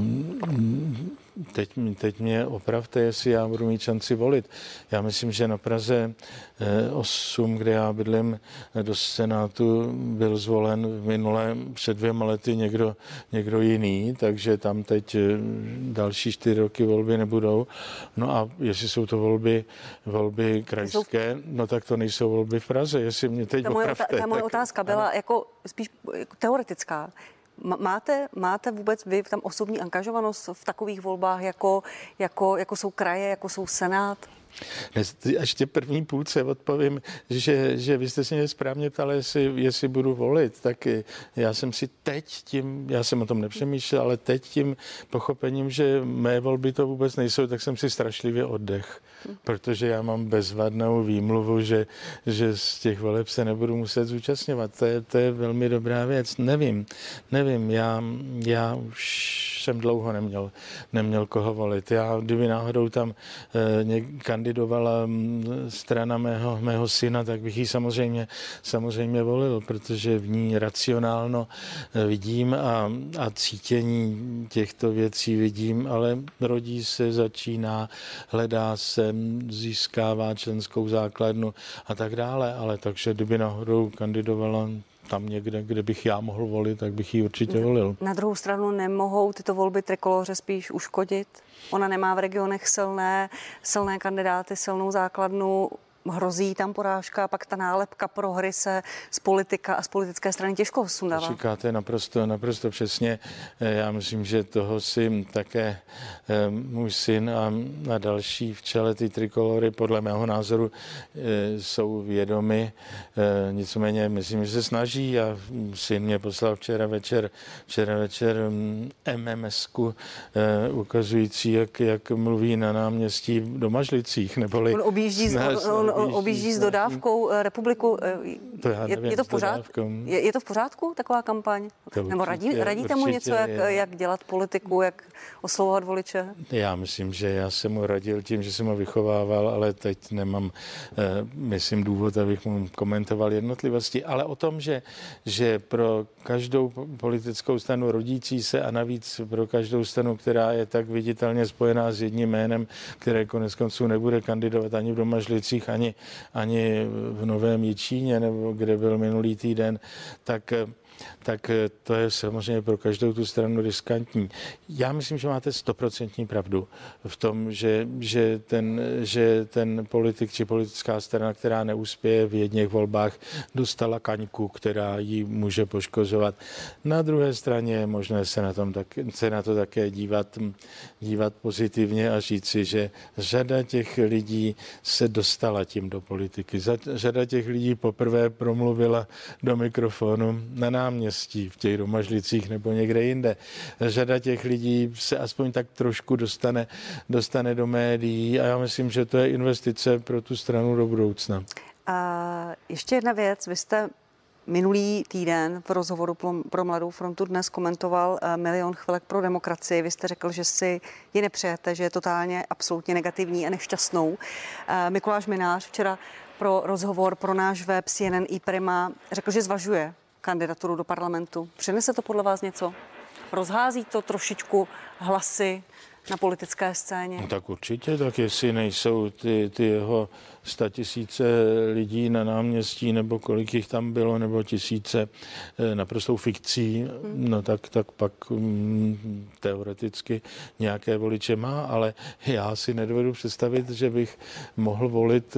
teď, teď mě opravte, jestli já budu mít šanci volit. Já myslím, že na Praze osm, kde já bydlím, do Senátu byl zvolen v minulé před dvěma lety někdo, někdo jiný, takže tam teď další čtyři roky volby nebudou. No a jestli jsou to volby, volby krajské, no tak to nejsou volby v Praze, jestli mě teď ta moje, opravte. Ta moje tak, otázka byla ano. jako spíš jako teoretická. Máte, máte vůbec vy tam osobní angažovanost v takových volbách, jako, jako, jako jsou kraje, jako jsou Senát? Až tě první půlce odpovím, že, že vy jste se mě správně ptali, jestli, jestli budu volit, tak já jsem si teď tím, já jsem o tom nepřemýšlel, ale teď tím pochopením, že mé volby to vůbec nejsou, tak jsem si strašlivě oddech, protože já mám bezvadnou výmluvu, že, že z těch voleb se nebudu muset zúčastňovat. To je, to je velmi dobrá věc. Nevím, nevím, já, já už jsem dlouho neměl, neměl koho volit. Já, kdyby náhodou tam eh, kandidovala strana mého, mého syna, tak bych ji samozřejmě, samozřejmě volil, protože v ní racionálno vidím a, a cítění těchto věcí vidím, ale rodí se, začíná, hledá se, získává členskou základnu a tak dále. Ale takže kdyby náhodou kandidovala tam někde, kde bych já mohl volit, tak bych ji určitě volil. Na druhou stranu nemohou tyto volby Trikoloře spíš uškodit? Ona nemá v regionech silné, silné kandidáty, silnou základnu, hrozí tam porážka, pak ta nálepka prohry se z politika a z politické strany těžko sundává. Říkáte naprosto, naprosto přesně. Já myslím, že toho si také můj syn a, a další v čele ty Trikolory podle mého názoru jsou vědomi. Nicméně myslím, že se snaží a syn mě poslal včera večer, včera večer MMSku ukazující, jak, jak mluví na náměstí v Domažlicích. Neboli on objíždí z, on, On objíždí s dodávkou republiku. To já nevím, je, je, to v pořádku? Je, je to v pořádku, taková kampaň? To Nebo radí, radíte mu něco, jak, jak dělat politiku, jak oslovovat voliče? Já myslím, že já jsem mu radil tím, že jsem ho vychovával, ale teď nemám, eh, myslím, důvod, abych mu komentoval jednotlivosti. Ale o tom, že, že pro každou politickou stranu rodící se a navíc pro každou stranu, která je tak viditelně spojená s jedním jménem, které konec konců nebude kandidovat ani v Domažlicích, ani ani v Novém Jičíně, nebo kde byl minulý týden, tak, tak to je samozřejmě pro každou tu stranu riskantní. Já myslím, že máte stoprocentní pravdu v tom, že, že, ten, že ten politik či politická strana, která neuspěje v jedných volbách, dostala kaňku, která ji může poškozovat. Na druhé straně je možné se na, tom tak, se na to také dívat, dívat pozitivně a říci, že řada těch lidí se dostala tím do politiky. Řada těch lidí poprvé promluvila do mikrofonu na náměstí v těch Domažlicích nebo někde jinde. Řada těch lidí se aspoň tak trošku dostane, dostane do médií a já myslím, že to je investice pro tu stranu do budoucna. A ještě jedna věc. Vy jste minulý týden v rozhovoru pro Mladou frontu dnes komentoval Milion chvilek pro demokracii. Vy jste řekl, že si ji nepřejete, že je totálně absolutně negativní a nešťastnou. Mikuláš Minář včera pro rozhovor pro náš web C N N i Prima řekl, že zvažuje kandidaturu do parlamentu. Přinese to podle vás něco? Rozhází to trošičku hlasy na politické scéně? No tak určitě, tak jestli nejsou ty, ty jeho statisíce lidí na náměstí, nebo kolik jich tam bylo, nebo tisíce naprostou fikcí, hmm. no tak, tak pak mm, teoreticky nějaké voliče má, ale já si nedovedu představit, že bych mohl volit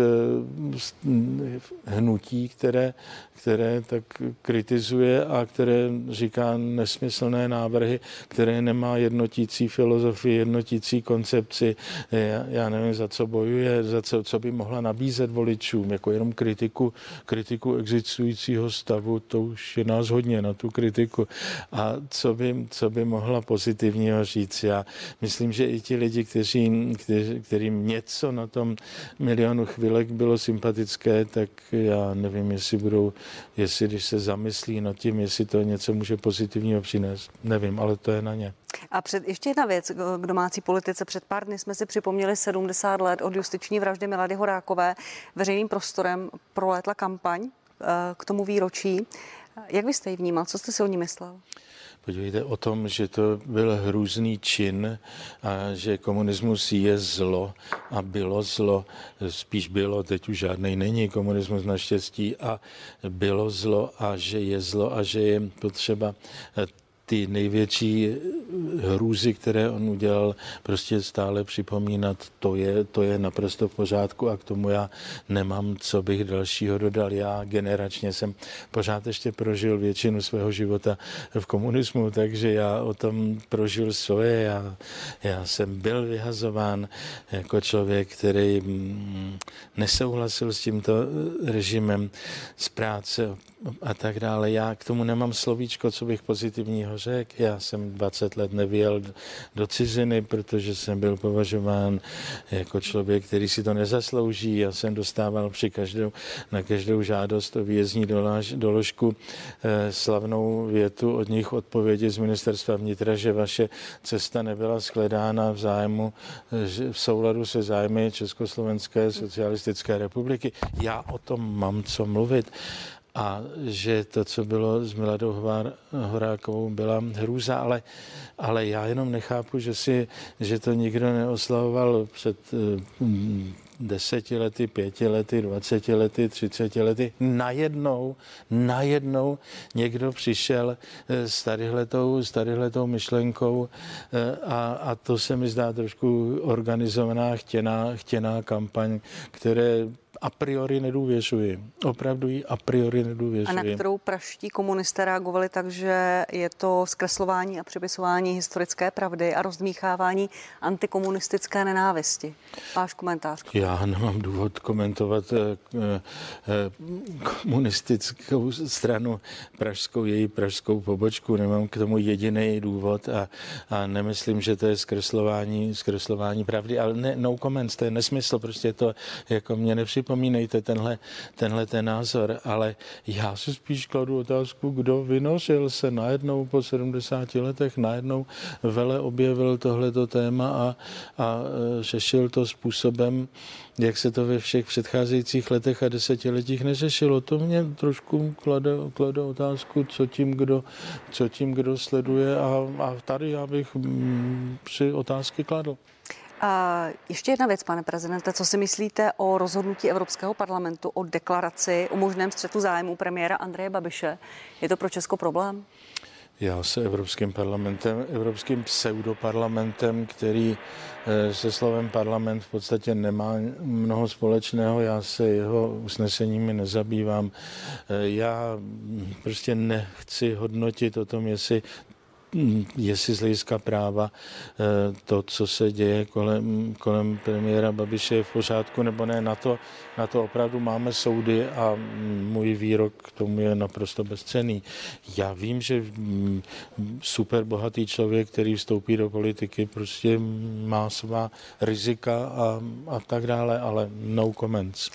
hnutí, které, které tak kritizuje a které říká nesmyslné návrhy, které nemá jednotící filozofii, jednotící koncepci. Já, já nevím, za co bojuje, za co, co by mohla nabízet voličům, jako jenom kritiku, kritiku existujícího stavu, to už je nás hodně na tu kritiku. A co by, co by mohla pozitivního říct? Já myslím, že i ti lidi, kteří, kteří, kterým něco na tom Milionu chvilek bylo sympatické, tak já nevím, jestli budou, jestli když se zamyslí nad tím, jestli to něco může pozitivního přinést. Nevím, ale to je na ně. A před, ještě jedna věc k domácí politice. Před pár dny jsme si připomněli sedmdesát let od justiční vraždy Milady Horákové. Veřejným prostorem prolétla kampaň k tomu výročí. Jak vy jste ji vnímal? Co jste si o ní myslel? Podívejte, o tom, že to byl hrůzný čin a že komunismus je zlo a bylo zlo, spíš bylo, teď už žádnej není komunismus naštěstí, a bylo zlo a že je zlo a že je potřeba ty největší hrůzy, které on udělal, prostě stále připomínat, to je, to je naprosto v pořádku a k tomu já nemám, co bych dalšího dodal. Já generačně jsem pořád ještě prožil většinu svého života v komunismu, takže já o tom prožil svoje. Já, já jsem byl vyhazován jako člověk, který nesouhlasil s tímto režimem z práce a tak dále. Já k tomu nemám slovíčko, co bych pozitivního řekl. Já jsem dvacet let nevyjel do ciziny, protože jsem byl považován jako člověk, který si to nezaslouží. Já jsem dostával při každou, na každou žádost o výjezdní doložku eh, slavnou větu od nich odpovědi z ministerstva vnitra, že vaše cesta nebyla shledána v zájmu, eh, v souladu se zájmy Československé socialistické republiky. Já o tom mám co mluvit. A že to, co bylo s Miladou Horákovou, byla hrůza, ale, ale já jenom nechápu, že, si, že to nikdo neoslavoval před mm, deseti lety, pěti lety, dvaceti lety, třiceti lety. Najednou, najednou někdo přišel s tadyhletou, s tadyhletou myšlenkou a, a to se mi zdá trošku organizovaná, chtěná, chtěná kampaň, které a priori nedůvěřuji. Opravdu ji a priori nedůvěřuji. A na kterou praští komunisté reagovali tak, že je to zkreslování a připisování historické pravdy a rozdmíchávání antikomunistické nenávisti. Váš komentář? Já nemám důvod komentovat komunistickou stranu pražskou, její pražskou pobočku. Nemám k tomu jediný důvod a, a nemyslím, že to je zkreslování, zkreslování pravdy, ale ne, no comments, to je nesmysl, prostě to jako mě nepřipomíná. Pomínejte tenhle, tenhle ten názor, ale já si spíš kladu otázku, kdo vynořil se najednou po sedmdesáti letech, najednou vele objevil tohleto téma a, a řešil to způsobem, jak se to ve všech předcházejících letech a desetiletích neřešilo. To mě trošku klade, klade otázku, co tím, kdo, co tím, kdo sleduje a, a tady já bych mm, si otázky kladl. A ještě jedna věc, pane prezidente, co si myslíte o rozhodnutí Evropského parlamentu o deklaraci o možném střetu zájmu premiéra Andreje Babiše? Je to pro Česko problém? Já se Evropským parlamentem, Evropským pseudoparlamentem, který se slovem parlament v podstatě nemá mnoho společného, já se jeho usneseními nezabývám. Já prostě nechci hodnotit o tom, jestli jestli z hlediska práva to, co se děje kolem, kolem premiéra Babiše je v pořádku nebo ne. Na to, na to opravdu máme soudy a můj výrok k tomu je naprosto bezcenný. Já vím, že super bohatý člověk, který vstoupí do politiky, prostě má svá rizika a, a tak dále, ale no comments.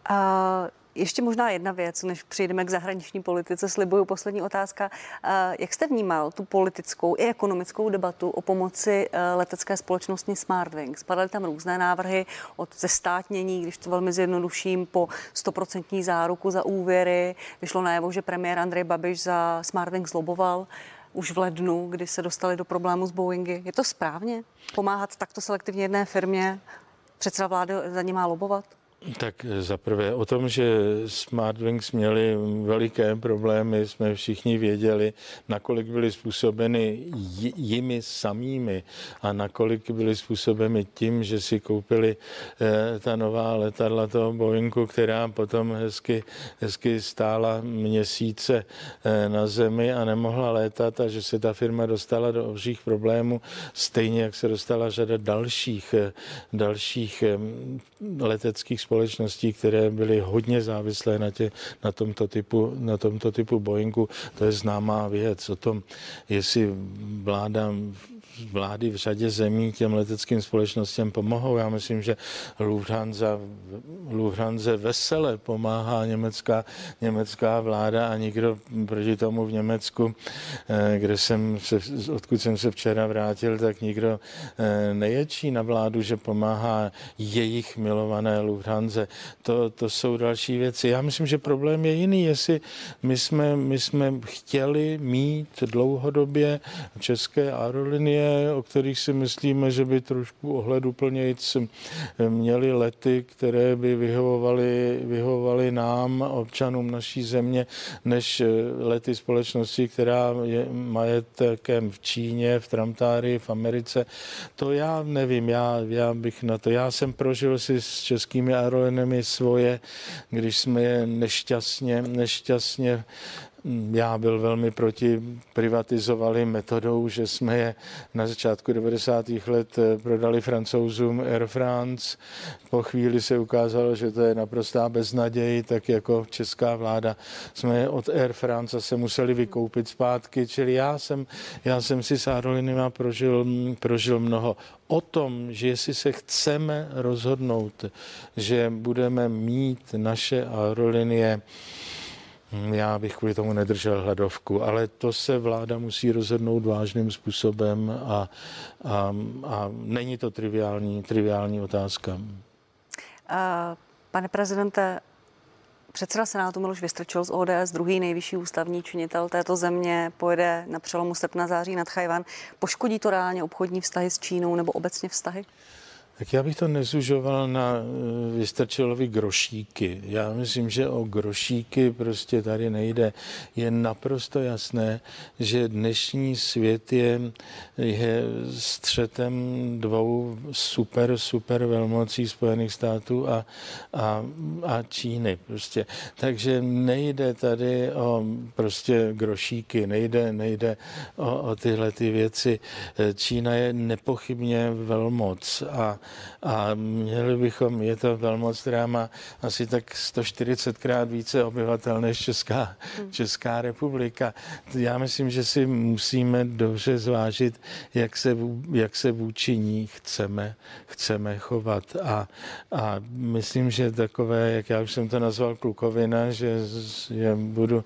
A ještě možná jedna věc, než přijdeme k zahraniční politice, slibuju poslední otázka. Jak jste vnímal tu politickou i ekonomickou debatu o pomoci letecké společnosti Smartwings? Padaly tam různé návrhy od zestátnění, když to velmi zjednoduším, po stoprocentní záruku za úvěry. Vyšlo najevo, že premiér Andrej Babiš za Smartwings loboval už v lednu, kdy se dostali do problému s Boeingy. Je to správně? Pomáhat takto selektivně jedné firmě? Předseda vlády za ní má lobovat? Tak zaprvé o tom, že Smartwings měli veliké problémy, jsme všichni věděli, nakolik byly způsobeny jimi samými a nakolik byly způsobeny tím, že si koupili eh, ta nová letadla toho Boeingu, která potom hezky, hezky stála měsíce eh, na zemi a nemohla létat a že se ta firma dostala do obřích problémů, stejně jak se dostala řada dalších, eh, dalších eh, leteckých společností, které byly hodně závislé na, tě, na, tomto typu, na tomto typu Boeingu. To je známá věc o tom, jestli vláda vlády v řadě zemí těm leteckým společnostem pomohou. Já myslím, že Lufthansa, Lufthansa vesele pomáhá německá, německá vláda a nikdo proti tomu v Německu, kde jsem se, odkud jsem se včera vrátil, tak nikdo neječí na vládu, že pomáhá jejich milované Lufthansa Lufthansa. To, to jsou další věci. Já myslím, že problém je jiný, jestli my jsme, my jsme chtěli mít dlouhodobě české aerolinie, o kterých si myslíme, že by trošku ohleduplnějc měly lety, které by vyhovovaly, vyhovovaly nám, občanům naší země, než lety společnosti, která je majetkem v Číně, v Tramtárii, v Americe. To já nevím, já, já bych na to, já jsem prožil si s českými aerolinemi svoje, když jsme je nešťastně, nešťastně já byl velmi proti privatizovali metodou, že jsme je na začátku devadesátých let prodali Francouzům Air France. Po chvíli se ukázalo, že to je naprostá beznaděj, tak jako česká vláda jsme je od Air France zase museli vykoupit zpátky. Čili já jsem, já jsem si s aerolinima prožil, prožil mnoho. O tom, že jestli se chceme rozhodnout, že budeme mít naše aerolinie, já bych kvůli tomu nedržel hladovku, ale to se vláda musí rozhodnout vážným způsobem a, a, a není to triviální, triviální otázka. Pane prezidente, předseda Senátu Miloš Vystrčil z O D S, druhý nejvyšší ústavní činitel této země, pojede na přelomu srpna září na Tchajwan. Poškodí to reálně obchodní vztahy s Čínou nebo obecně vztahy? Tak já bych to nezužoval na Vystrčilovi grošíky. Já myslím, že o grošíky prostě tady nejde. Je naprosto jasné, že dnešní svět je, je střetem dvou super, super velmocí Spojených států a, a, a Číny. Prostě. Takže nejde tady o prostě grošíky, nejde, nejde o, o tyhle ty věci. Čína je nepochybně velmoc a A měli bychom, je to velmoc, která má asi tak sto čtyřicetkrát více obyvatel než Česká, Česká republika. Já myslím, že si musíme dobře zvážit, jak se, jak se vůči ní chceme, chceme chovat. A, a myslím, že takové, jak já už jsem to nazval klukovina, že, že budu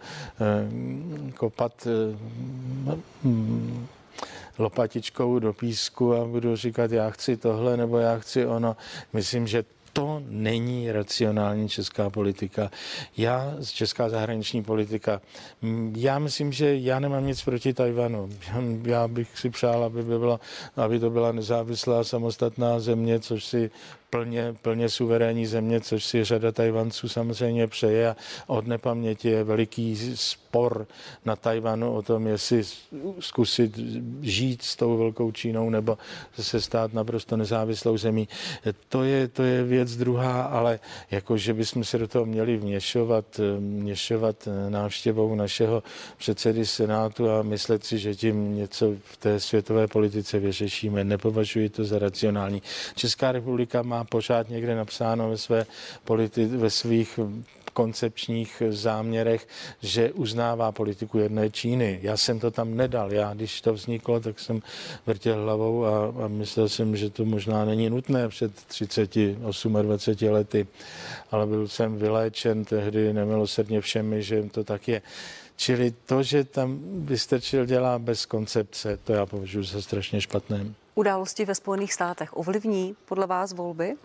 eh, kopat eh, hm, lopatičkou do písku a budu říkat, já chci tohle nebo já chci ono. Myslím, že to není racionální česká politika. Já, česká zahraniční politika, já myslím, že já nemám nic proti Tajvanu. Já bych si přál, aby, by byla, aby to byla nezávislá samostatná země, což si plně, plně suverénní země, což si řada Tajvanců samozřejmě přeje a od nepaměti je veliký spor na Tajvanu o tom, jestli zkusit žít s tou velkou Čínou nebo se stát naprosto nezávislou zemí. To je, to je věc druhá, ale jako, že bychom se do toho měli vměšovat, vměšovat návštěvou našeho předsedy Senátu a myslet si, že tím něco v té světové politice vyřešíme. Nepovažuji to za racionální. Česká republika má pořád někde napsáno ve, své politi- ve svých koncepčních záměrech, že uznává politiku jedné Číny. Já jsem to tam nedal. Já, když to vzniklo, tak jsem vrtěl hlavou a, a myslel jsem, že to možná není nutné před třiceti osmi lety, ale byl jsem vyléčen tehdy nemilosrdně všemi, že to tak je. Čili to, že tam Vystrčil dělá bez koncepce, to já považuji za strašně špatné. Události ve Spojených státech ovlivní podle vás volby?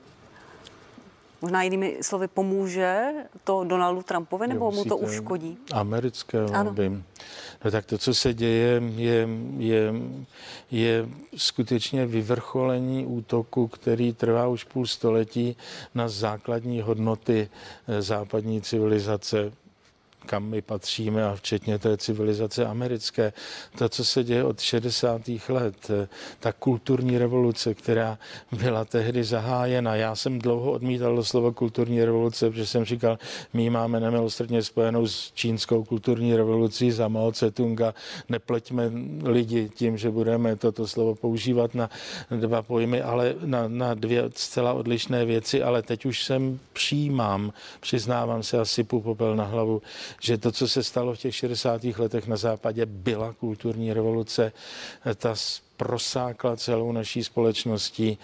Možná jinými slovy pomůže to Donaldu Trumpovi, nebo jo, mu to uškodí? Americké volby. No tak to, co se děje, je, je, je skutečně vyvrcholení útoku, který trvá už půl století na základní hodnoty západní civilizace, kam my patříme a včetně té civilizace americké. To, co se děje od šedesátých let, ta kulturní revoluce, která byla tehdy zahájena. Já jsem dlouho odmítal slovo kulturní revoluce, protože jsem říkal, my máme nemilosrdně spojenou s čínskou kulturní revolucí za Mao Tse-tunga. Nepleťme lidi tím, že budeme toto slovo používat na dva pojmy, ale na, na dvě zcela odlišné věci, ale teď už jsem přijímám, přiznávám se a sypu popel na hlavu, že to, co se stalo v těch šedesátých letech na západě, byla kulturní revoluce. Ta prosákla celou naší společností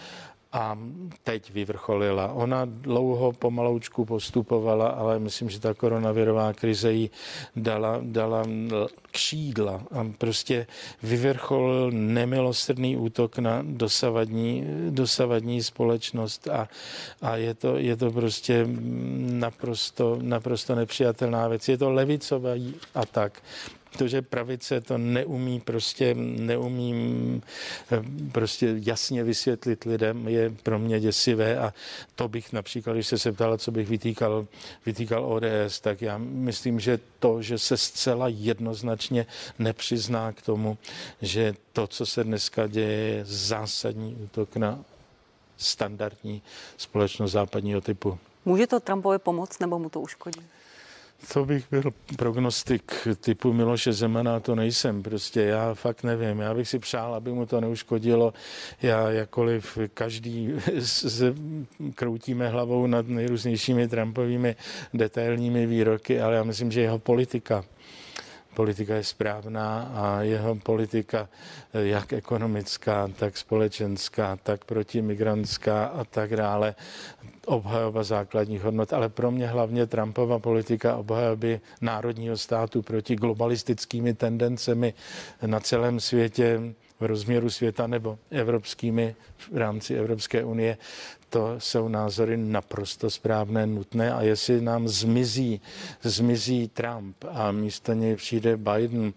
a teď vyvrcholila. Ona dlouho pomaloučku postupovala, ale myslím, že ta koronavirová krize jí dala, dala křídla a prostě vyvrcholil nemilosrdný útok na dosavadní, dosavadní společnost a, a je, to, je to prostě naprosto, naprosto nepřijatelná věc. Je to levicový atak. To, že pravice to neumí prostě, neumí prostě jasně vysvětlit lidem, je pro mě děsivé a to bych například, když se ptala, co bych vytýkal, vytýkal O D S, tak já myslím, že to, že se zcela jednoznačně nepřizná k tomu, že to, co se dneska děje, je zásadní útok na standardní společnost západního typu. Může to Trumpovi pomoct, nebo mu to uškodí? To bych byl prognostik typu Miloše Zemana, to nejsem. Prostě já fakt nevím. Já bych si přál, aby mu to neuškodilo. Já jakkoliv každý se kroutíme hlavou nad nejrůznějšími Trumpovými detailními výroky, ale já myslím, že jeho politika Politika je správná a jeho politika jak ekonomická, tak společenská, tak protimigrantská a tak dále, obhajoba základních hodnot, ale pro mě hlavně Trumpova politika obhajoby národního státu proti globalistickými tendencemi na celém světě, v rozměru světa nebo evropskými v rámci Evropské unie, to jsou názory naprosto správné, nutné a jestli nám zmizí, zmizí Trump a místo něj přijde Biden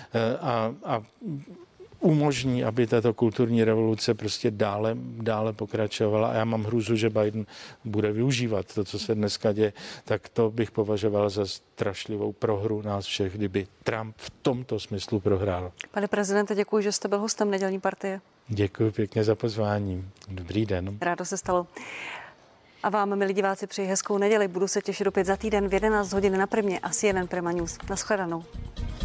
a, a umožní, aby tato kulturní revoluce prostě dále, dále pokračovala a já mám hrůzu, že Biden bude využívat to, co se dneska děje, tak to bych považoval za strašlivou prohru nás všech, kdyby Trump v tomto smyslu prohrál. Pane prezidente, děkuji, že jste byl hostem Nedělní partie. Děkuji pěkně za pozvání. Dobrý den. Rádo se stalo. A vám, milí diváci, přeji hezkou neděli. Budu se těšit opět za týden v jedenáct hodin na Primě a C N N Prima News. Naschledanou.